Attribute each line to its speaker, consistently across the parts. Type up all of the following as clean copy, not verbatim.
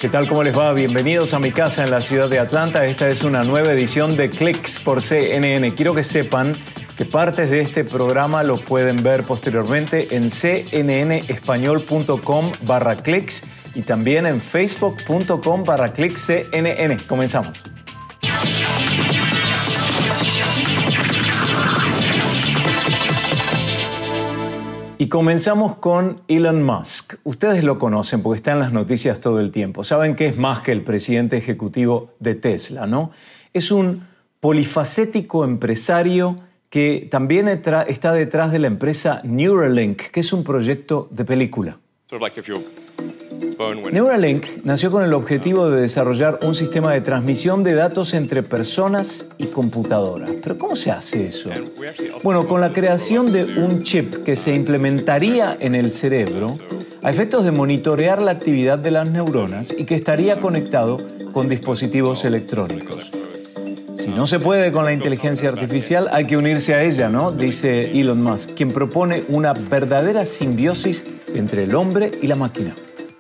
Speaker 1: ¿Qué tal? ¿Cómo les va? Bienvenidos a mi casa en la ciudad de Atlanta. Esta es una nueva edición de Clicks por CNN. Quiero que sepan que partes de este programa lo pueden ver posteriormente en cnnespañol.com/clicks y también en facebook.com/clickscnn. Comenzamos. Y comenzamos con Elon Musk. Ustedes lo conocen porque está en las noticias todo el tiempo. Saben que es más que el presidente ejecutivo de Tesla, ¿no? Es un polifacético empresario que también está detrás de la empresa Neuralink, que es un proyecto de película. Neuralink nació con el objetivo de desarrollar un sistema de transmisión de datos entre personas y computadoras. ¿Pero cómo se hace eso? Bueno, con la creación de un chip que se implementaría en el cerebro a efectos de monitorear la actividad de las neuronas y que estaría conectado con dispositivos electrónicos. Si no se puede con la inteligencia artificial, hay que unirse a ella, ¿no? Dice Elon Musk, quien propone una verdadera simbiosis entre el hombre y la máquina.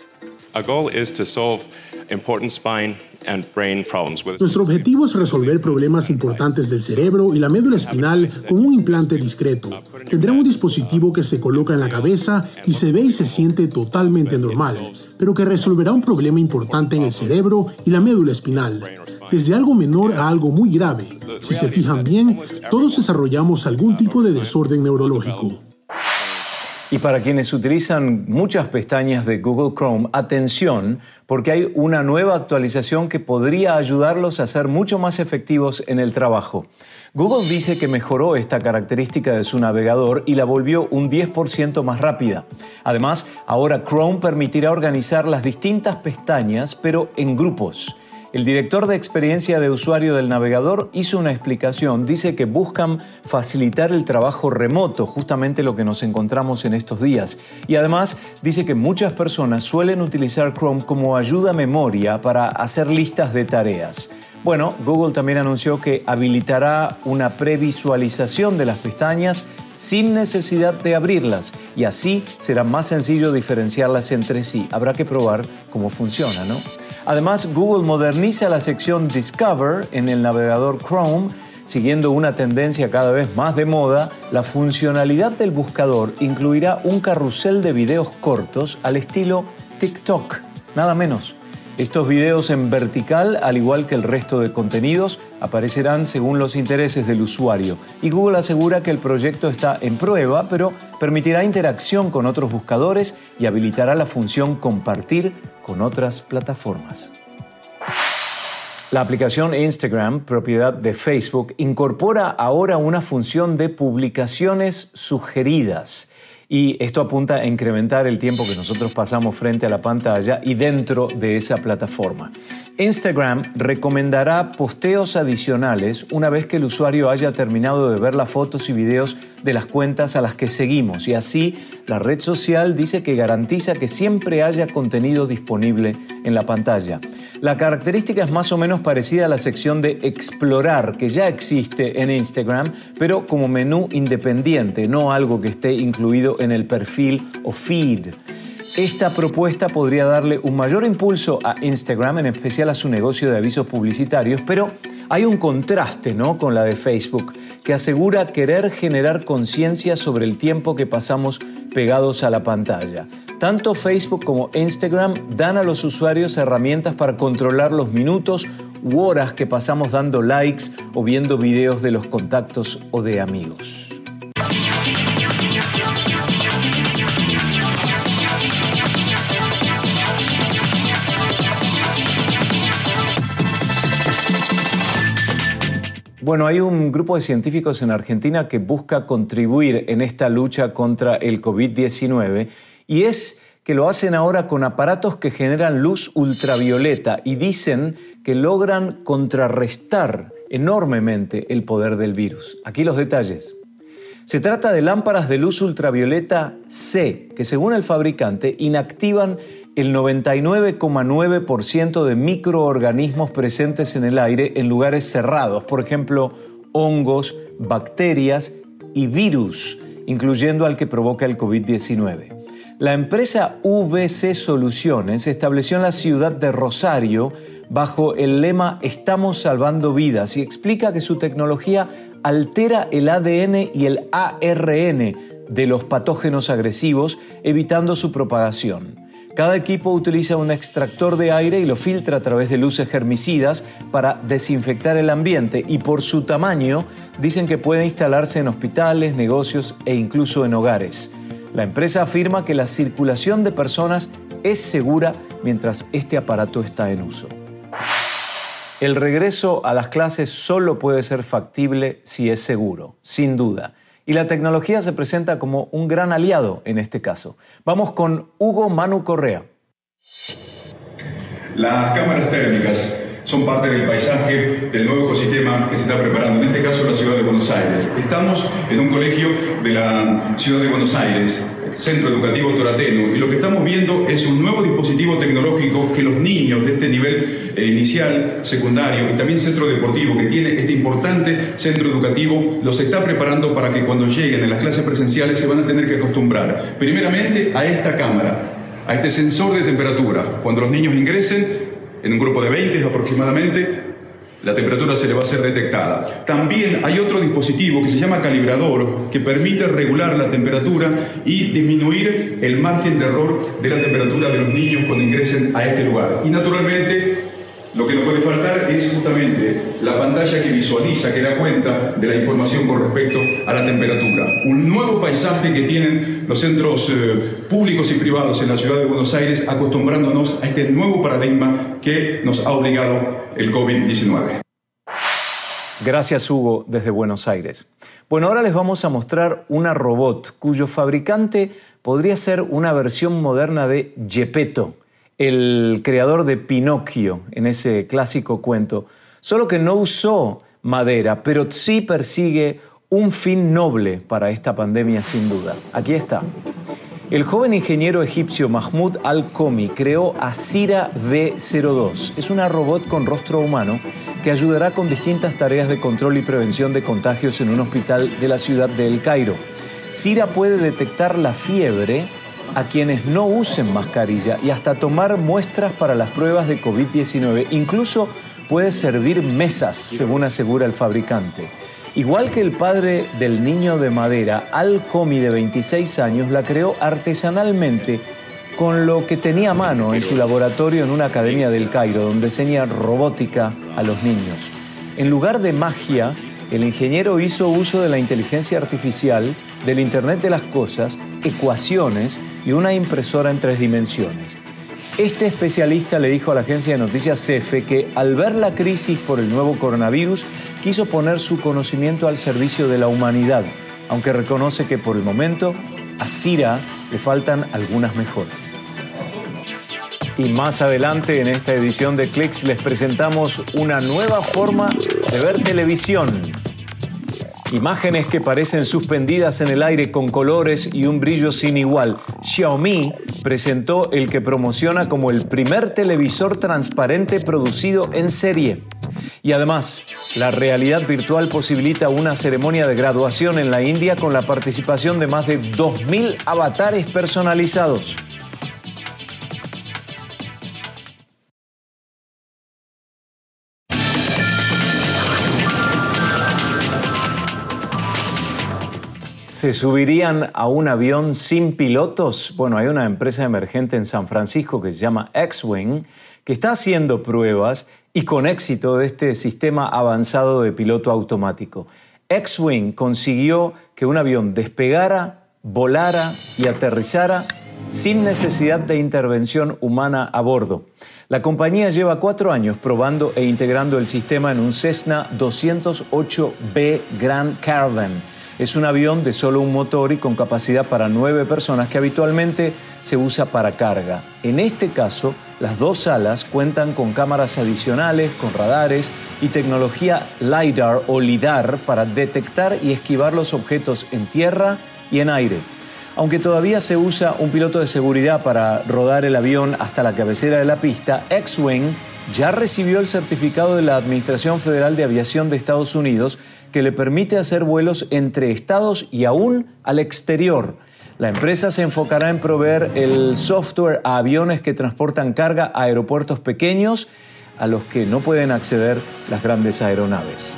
Speaker 2: Nuestro objetivo es resolver problemas importantes del cerebro y la médula espinal con un implante discreto. Tendrá un dispositivo que se coloca en la cabeza y se ve y se siente totalmente normal, pero que resolverá un problema importante en el cerebro y la médula espinal, desde algo menor a algo muy grave. Si se fijan bien, todos desarrollamos algún tipo de desorden neurológico.
Speaker 1: Y para quienes utilizan muchas pestañas de Google Chrome, atención, porque hay una nueva actualización que podría ayudarlos a ser mucho más efectivos en el trabajo. Google dice que mejoró esta característica de su navegador y la volvió un 10% más rápida. Además, ahora Chrome permitirá organizar las distintas pestañas, pero en grupos. El director de experiencia de usuario del navegador hizo una explicación. Dice que buscan facilitar el trabajo remoto, justamente lo que nos encontramos en estos días. Y además dice que muchas personas suelen utilizar Chrome como ayuda a memoria para hacer listas de tareas. Bueno, Google también anunció que habilitará una previsualización de las pestañas sin necesidad de abrirlas y así será más sencillo diferenciarlas entre sí. Habrá que probar cómo funciona, ¿no? Además, Google moderniza la sección Discover en el navegador Chrome. Siguiendo una tendencia cada vez más de moda, la funcionalidad del buscador incluirá un carrusel de videos cortos al estilo TikTok, nada menos. Estos videos en vertical, al igual que el resto de contenidos, aparecerán según los intereses del usuario. Y Google asegura que el proyecto está en prueba, pero permitirá interacción con otros buscadores y habilitará la función compartir con otras plataformas. La aplicación Instagram, propiedad de Facebook, incorpora ahora una función de publicaciones sugeridas. Y esto apunta a incrementar el tiempo que nosotros pasamos frente a la pantalla y dentro de esa plataforma. Instagram recomendará posteos adicionales una vez que el usuario haya terminado de ver las fotos y videos de las cuentas a las que seguimos. Y así, la red social dice que garantiza que siempre haya contenido disponible en la pantalla. La característica es más o menos parecida a la sección de Explorar, que ya existe en Instagram, pero como menú independiente, no algo que esté incluido en el perfil o feed. Esta propuesta podría darle un mayor impulso a Instagram, en especial a su negocio de avisos publicitarios, pero hay un contraste, ¿no?, con la de Facebook, que asegura querer generar conciencia sobre el tiempo que pasamos pegados a la pantalla. Tanto Facebook como Instagram dan a los usuarios herramientas para controlar los minutos u horas que pasamos dando likes o viendo videos de los contactos o de amigos. Bueno, hay un grupo de científicos en Argentina que busca contribuir en esta lucha contra el COVID-19 y es que lo hacen ahora con aparatos que generan luz ultravioleta y dicen que logran contrarrestar enormemente el poder del virus. Aquí los detalles. Se trata de lámparas de luz ultravioleta C, que según el fabricante inactivan el 99,9% de microorganismos presentes en el aire en lugares cerrados, por ejemplo, hongos, bacterias y virus, incluyendo al que provoca el COVID-19. La empresa VC Soluciones se estableció en la ciudad de Rosario bajo el lema Estamos salvando vidas y explica que su tecnología altera el ADN y el ARN de los patógenos agresivos, evitando su propagación. Cada equipo utiliza un extractor de aire y lo filtra a través de luces germicidas para desinfectar el ambiente y por su tamaño dicen que puede instalarse en hospitales, negocios e incluso en hogares. La empresa afirma que la circulación de personas es segura mientras este aparato está en uso. El regreso a las clases solo puede ser factible si es seguro, sin duda. Y la tecnología se presenta como un gran aliado en este caso. Vamos con Hugo Manu Correa.
Speaker 3: Las cámaras térmicas son parte del paisaje del nuevo ecosistema que se está preparando, en este caso la ciudad de Buenos Aires. Estamos en un colegio de la ciudad de Buenos Aires, Centro Educativo Torateno, y lo que estamos viendo es un nuevo dispositivo tecnológico que los niños de este nivel inicial, secundario y también centro deportivo que tiene este importante centro educativo los está preparando para que cuando lleguen a las clases presenciales se van a tener que acostumbrar primeramente a esta cámara, a este sensor de temperatura. Cuando los niños ingresen en un grupo de 20 aproximadamente, la temperatura se le va a ser detectada. También hay otro dispositivo que se llama calibrador que permite regular la temperatura y disminuir el margen de error de la temperatura de los niños cuando ingresen a este lugar. Y naturalmente lo que no puede faltar es justamente la pantalla que visualiza, que da cuenta de la información con respecto a la temperatura. Un nuevo paisaje que tienen los centros públicos y privados en la ciudad de Buenos Aires, acostumbrándonos a este nuevo paradigma que nos ha obligado el COVID-19.
Speaker 1: Gracias, Hugo, desde Buenos Aires. Bueno, ahora les vamos a mostrar una robot cuyo fabricante podría ser una versión moderna de Geppetto, el creador de Pinocchio en ese clásico cuento, solo que no usó madera, pero sí persigue un fin noble para esta pandemia sin duda. Aquí está. El joven ingeniero egipcio Mahmoud Al-Komi creó Asira V02. Es una robot con rostro humano que ayudará con distintas tareas de control y prevención de contagios en un hospital de la ciudad de El Cairo. Sira puede detectar la fiebre a quienes no usen mascarilla y hasta tomar muestras para las pruebas de COVID-19. Incluso puede servir mesas, según asegura el fabricante. Igual que el padre del niño de madera, Al-Komi, de 26 años, la creó artesanalmente con lo que tenía a mano en su laboratorio en una academia del Cairo, donde enseña robótica a los niños. En lugar de magia, el ingeniero hizo uso de la inteligencia artificial, del Internet de las cosas, ecuaciones y una impresora en 3 dimensiones. Este especialista le dijo a la agencia de noticias CEFE que al ver la crisis por el nuevo coronavirus, quiso poner su conocimiento al servicio de la humanidad, aunque reconoce que por el momento a Sira le faltan algunas mejoras. Y más adelante en esta edición de Clicks les presentamos una nueva forma de ver televisión. Imágenes que parecen suspendidas en el aire con colores y un brillo sin igual. Xiaomi presentó el que promociona como el primer televisor transparente producido en serie. Y además, la realidad virtual posibilita una ceremonia de graduación en la India con la participación de más de 2.000 avatares personalizados. ¿Se subirían a un avión sin pilotos? Bueno, hay una empresa emergente en San Francisco que se llama X-Wing que está haciendo pruebas y con éxito de este sistema avanzado de piloto automático. X-Wing consiguió que un avión despegara, volara y aterrizara sin necesidad de intervención humana a bordo. La compañía lleva 4 años probando e integrando el sistema en un Cessna 208B Grand Caravan. Es un avión de solo un motor y con capacidad para 9 personas que habitualmente se usa para carga. En este caso, las 2 alas cuentan con cámaras adicionales, con radares y tecnología LiDAR o LiDAR para detectar y esquivar los objetos en tierra y en aire. Aunque todavía se usa un piloto de seguridad para rodar el avión hasta la cabecera de la pista, X-Wing ya recibió el certificado de la Administración Federal de Aviación de Estados Unidos que le permite hacer vuelos entre estados y aún al exterior. La empresa se enfocará en proveer el software a aviones que transportan carga a aeropuertos pequeños a los que no pueden acceder las grandes aeronaves.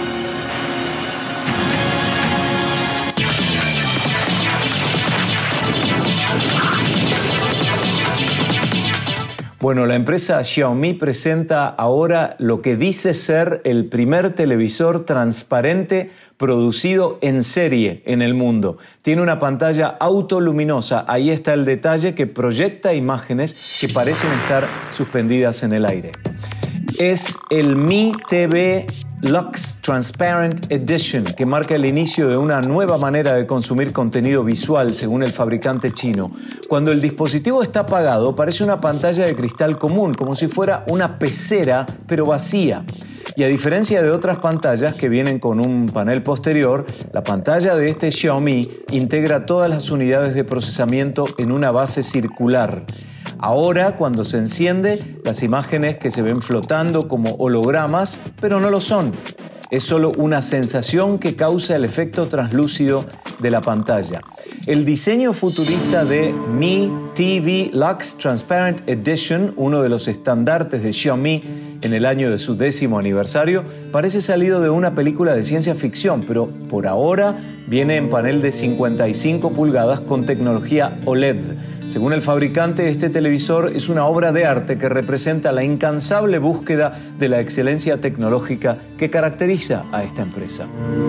Speaker 1: Bueno, la empresa Xiaomi presenta ahora lo que dice ser el primer televisor transparente producido en serie en el mundo. Tiene una pantalla autoluminosa, ahí está el detalle, que proyecta imágenes que parecen estar suspendidas en el aire. Es el Mi TV Lux Transparent Edition, que marca el inicio de una nueva manera de consumir contenido visual, según el fabricante chino. Cuando el dispositivo está apagado, parece una pantalla de cristal común, como si fuera una pecera, pero vacía. Y a diferencia de otras pantallas que vienen con un panel posterior, la pantalla de este Xiaomi integra todas las unidades de procesamiento en una base circular. Ahora, cuando se enciende, las imágenes que se ven flotando como hologramas, pero no lo son. Es solo una sensación que causa el efecto translúcido de la pantalla. El diseño futurista de Mi TV Lux Transparent Edition, uno de los estandartes de Xiaomi en el año de su 10º aniversario, parece salido de una película de ciencia ficción, pero por ahora viene en panel de 55 pulgadas con tecnología OLED. Según el fabricante, este televisor es una obra de arte que representa la incansable búsqueda de la excelencia tecnológica que caracteriza a esta empresa.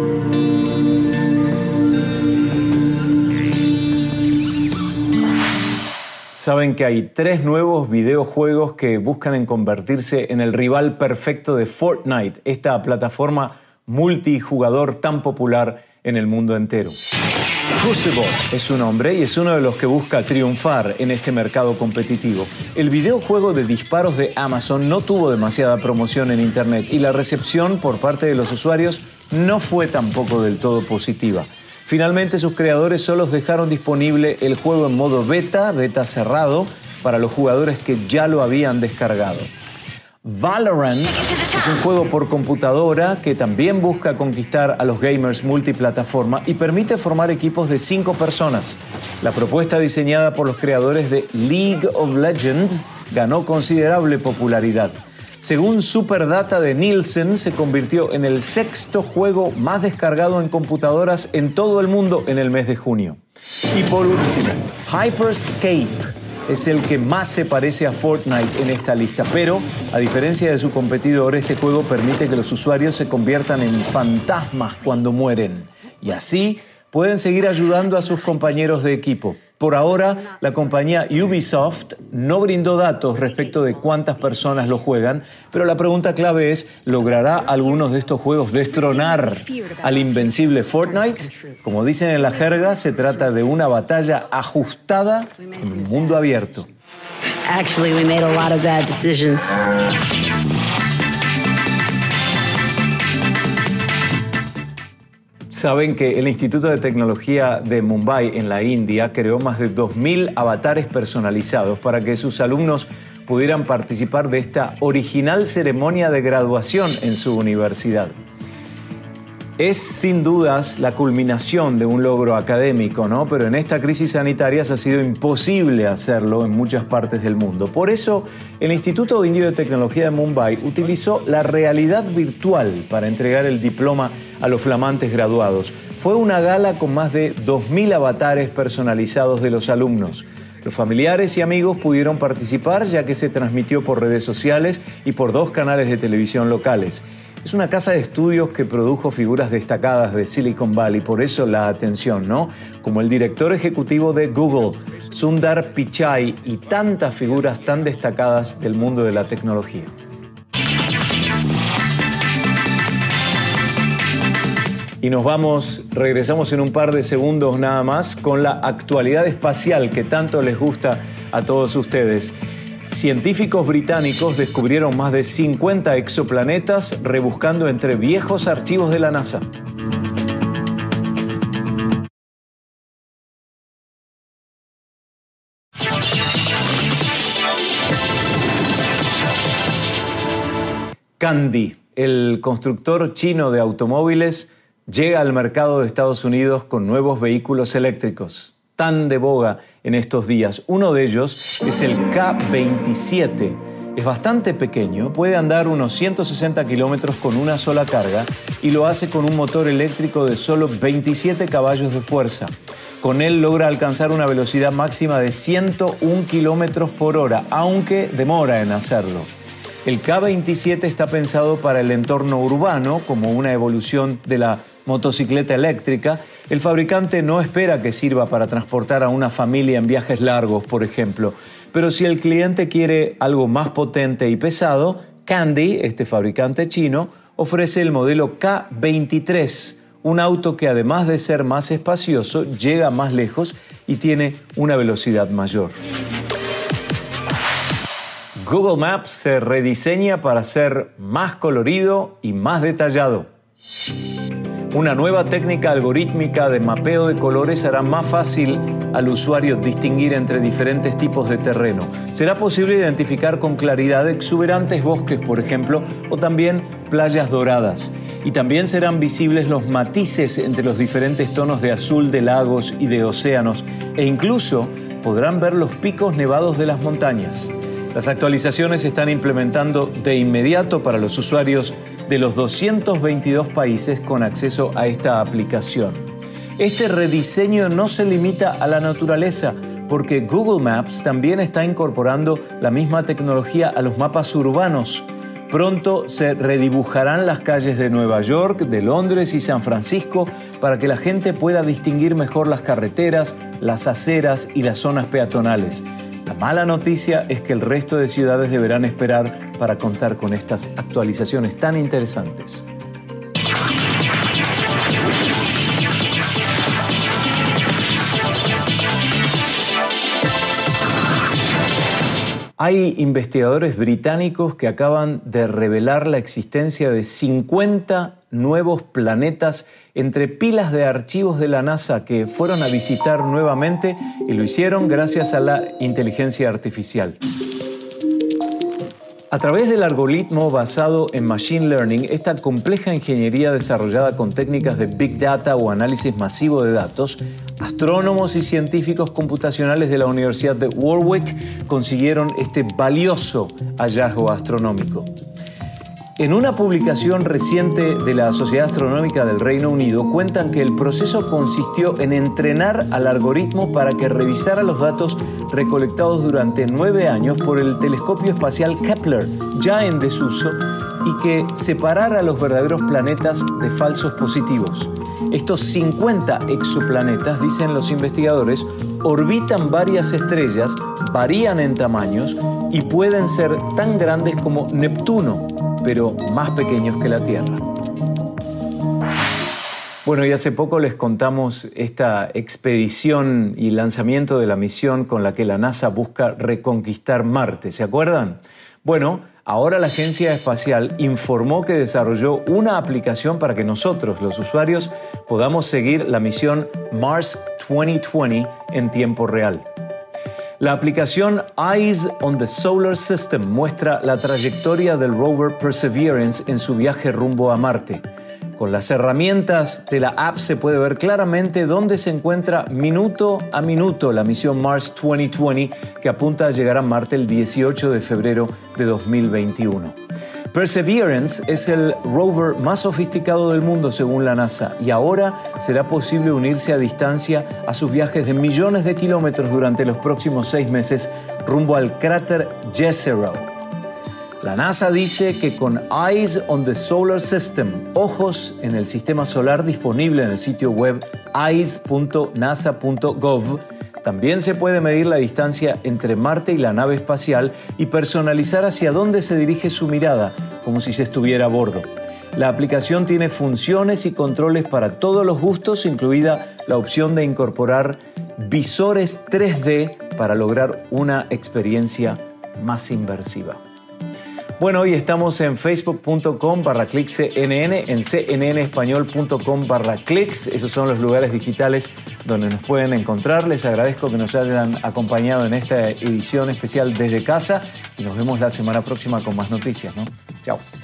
Speaker 1: Saben que hay 3 nuevos videojuegos que buscan en convertirse en el rival perfecto de Fortnite, esta plataforma multijugador tan popular en el mundo entero. Crucible es su nombre y es uno de los que busca triunfar en este mercado competitivo. El videojuego de disparos de Amazon no tuvo demasiada promoción en Internet y la recepción por parte de los usuarios no fue tampoco del todo positiva. Finalmente, sus creadores solo dejaron disponible el juego en modo beta cerrado, para los jugadores que ya lo habían descargado. Valorant es un juego por computadora que también busca conquistar a los gamers multiplataforma y permite formar equipos de 5 personas. La propuesta, diseñada por los creadores de League of Legends, ganó considerable popularidad. Según Superdata de Nielsen, se convirtió en el 6º juego más descargado en computadoras en todo el mundo en el mes de junio. Y por último, Hyperscape es el que más se parece a Fortnite en esta lista, pero a diferencia de su competidor, este juego permite que los usuarios se conviertan en fantasmas cuando mueren y así pueden seguir ayudando a sus compañeros de equipo. Por ahora, la compañía Ubisoft no brindó datos respecto de cuántas personas lo juegan, pero la pregunta clave es, ¿logrará algunos de estos juegos destronar al invencible Fortnite? Como dicen en la jerga, se trata de una batalla ajustada en un mundo abierto.
Speaker 4: Actually, we made a lot of bad decisions.
Speaker 1: Saben que el Instituto de Tecnología de Mumbai, en la India, creó más de 2.000 avatares personalizados para que sus alumnos pudieran participar de esta original ceremonia de graduación en su universidad. Es sin dudas la culminación de un logro académico, ¿no? Pero en esta crisis sanitaria se ha sido imposible hacerlo en muchas partes del mundo. Por eso, el Instituto Indio de Tecnología de Mumbai utilizó la realidad virtual para entregar el diploma a los flamantes graduados. Fue una gala con más de 2.000 avatares personalizados de los alumnos. Los familiares y amigos pudieron participar ya que se transmitió por redes sociales y por 2 canales de televisión locales. Es una casa de estudios que produjo figuras destacadas de Silicon Valley, por eso la atención, ¿no? Como el director ejecutivo de Google, Sundar Pichai, y tantas figuras tan destacadas del mundo de la tecnología. Y regresamos en un par de segundos nada más con la actualidad espacial que tanto les gusta a todos ustedes. Científicos británicos descubrieron más de 50 exoplanetas rebuscando entre viejos archivos de la NASA. Kandi, el constructor chino de automóviles, llega al mercado de Estados Unidos con nuevos vehículos eléctricos. tan de boga en estos días. Uno de ellos es el K-27. Es bastante pequeño, puede andar unos 160 kilómetros con una sola carga y lo hace con un motor eléctrico de solo 27 caballos de fuerza. Con él logra alcanzar una velocidad máxima de 101 kilómetros por hora, aunque demora en hacerlo. El K-27 está pensado para el entorno urbano, como una evolución de la motocicleta eléctrica. El fabricante no espera que sirva para transportar a una familia en viajes largos, por ejemplo. Pero si el cliente quiere algo más potente y pesado, Kandi, este fabricante chino, ofrece el modelo K-23, un auto que además de ser más espacioso, llega más lejos y tiene una velocidad mayor. Google Maps se rediseña para ser más colorido y más detallado. Una nueva técnica algorítmica de mapeo de colores hará más fácil al usuario distinguir entre diferentes tipos de terreno. Será posible identificar con claridad exuberantes bosques, por ejemplo, o también playas doradas. Y también serán visibles los matices entre los diferentes tonos de azul de lagos y de océanos, e incluso podrán ver los picos nevados de las montañas. Las actualizaciones se están implementando de inmediato para los usuarios de los 222 países con acceso a esta aplicación. Este rediseño no se limita a la naturaleza, porque Google Maps también está incorporando la misma tecnología a los mapas urbanos. Pronto se redibujarán las calles de Nueva York, de Londres y San Francisco para que la gente pueda distinguir mejor las carreteras, las aceras y las zonas peatonales. La mala noticia es que el resto de ciudades deberán esperar para contar con estas actualizaciones tan interesantes. Hay investigadores británicos que acaban de revelar la existencia de 50 nuevos planetas entre pilas de archivos de la NASA que fueron a visitar nuevamente y lo hicieron gracias a la inteligencia artificial. A través del algoritmo basado en Machine Learning, esta compleja ingeniería desarrollada con técnicas de Big Data o análisis masivo de datos, astrónomos y científicos computacionales de la Universidad de Warwick consiguieron este valioso hallazgo astronómico. En una publicación reciente de la Sociedad Astronómica del Reino Unido cuentan que el proceso consistió en entrenar al algoritmo para que revisara los datos recolectados durante 9 años por el telescopio espacial Kepler, ya en desuso, y que separara los verdaderos planetas de falsos positivos. Estos 50 exoplanetas, dicen los investigadores, orbitan varias estrellas, varían en tamaños y pueden ser tan grandes como Neptuno, pero más pequeños que la Tierra. Bueno, y hace poco les contamos esta expedición y lanzamiento de la misión con la que la NASA busca reconquistar Marte, ¿se acuerdan? Bueno, ahora la Agencia Espacial informó que desarrolló una aplicación para que nosotros, los usuarios, podamos seguir la misión Mars 2020 en tiempo real. La aplicación Eyes on the Solar System muestra la trayectoria del rover Perseverance en su viaje rumbo a Marte. Con las herramientas de la app se puede ver claramente dónde se encuentra minuto a minuto la misión Mars 2020 que apunta a llegar a Marte el 18 de febrero de 2021. Perseverance es el rover más sofisticado del mundo según la NASA y ahora será posible unirse a distancia a sus viajes de millones de kilómetros durante los próximos 6 meses rumbo al cráter Jezero. La NASA dice que con Eyes on the Solar System, ojos en el sistema solar disponible en el sitio web eyes.nasa.gov, también se puede medir la distancia entre Marte y la nave espacial y personalizar hacia dónde se dirige su mirada, como si se estuviera a bordo. La aplicación tiene funciones y controles para todos los gustos, incluida la opción de incorporar visores 3D para lograr una experiencia más inmersiva. Bueno, hoy estamos en facebook.com/clickscnn, en cnnespañol.com/clicks. Esos son los lugares digitales donde nos pueden encontrar. Les agradezco que nos hayan acompañado en esta edición especial desde casa y nos vemos la semana próxima con más noticias, ¿no? Chao.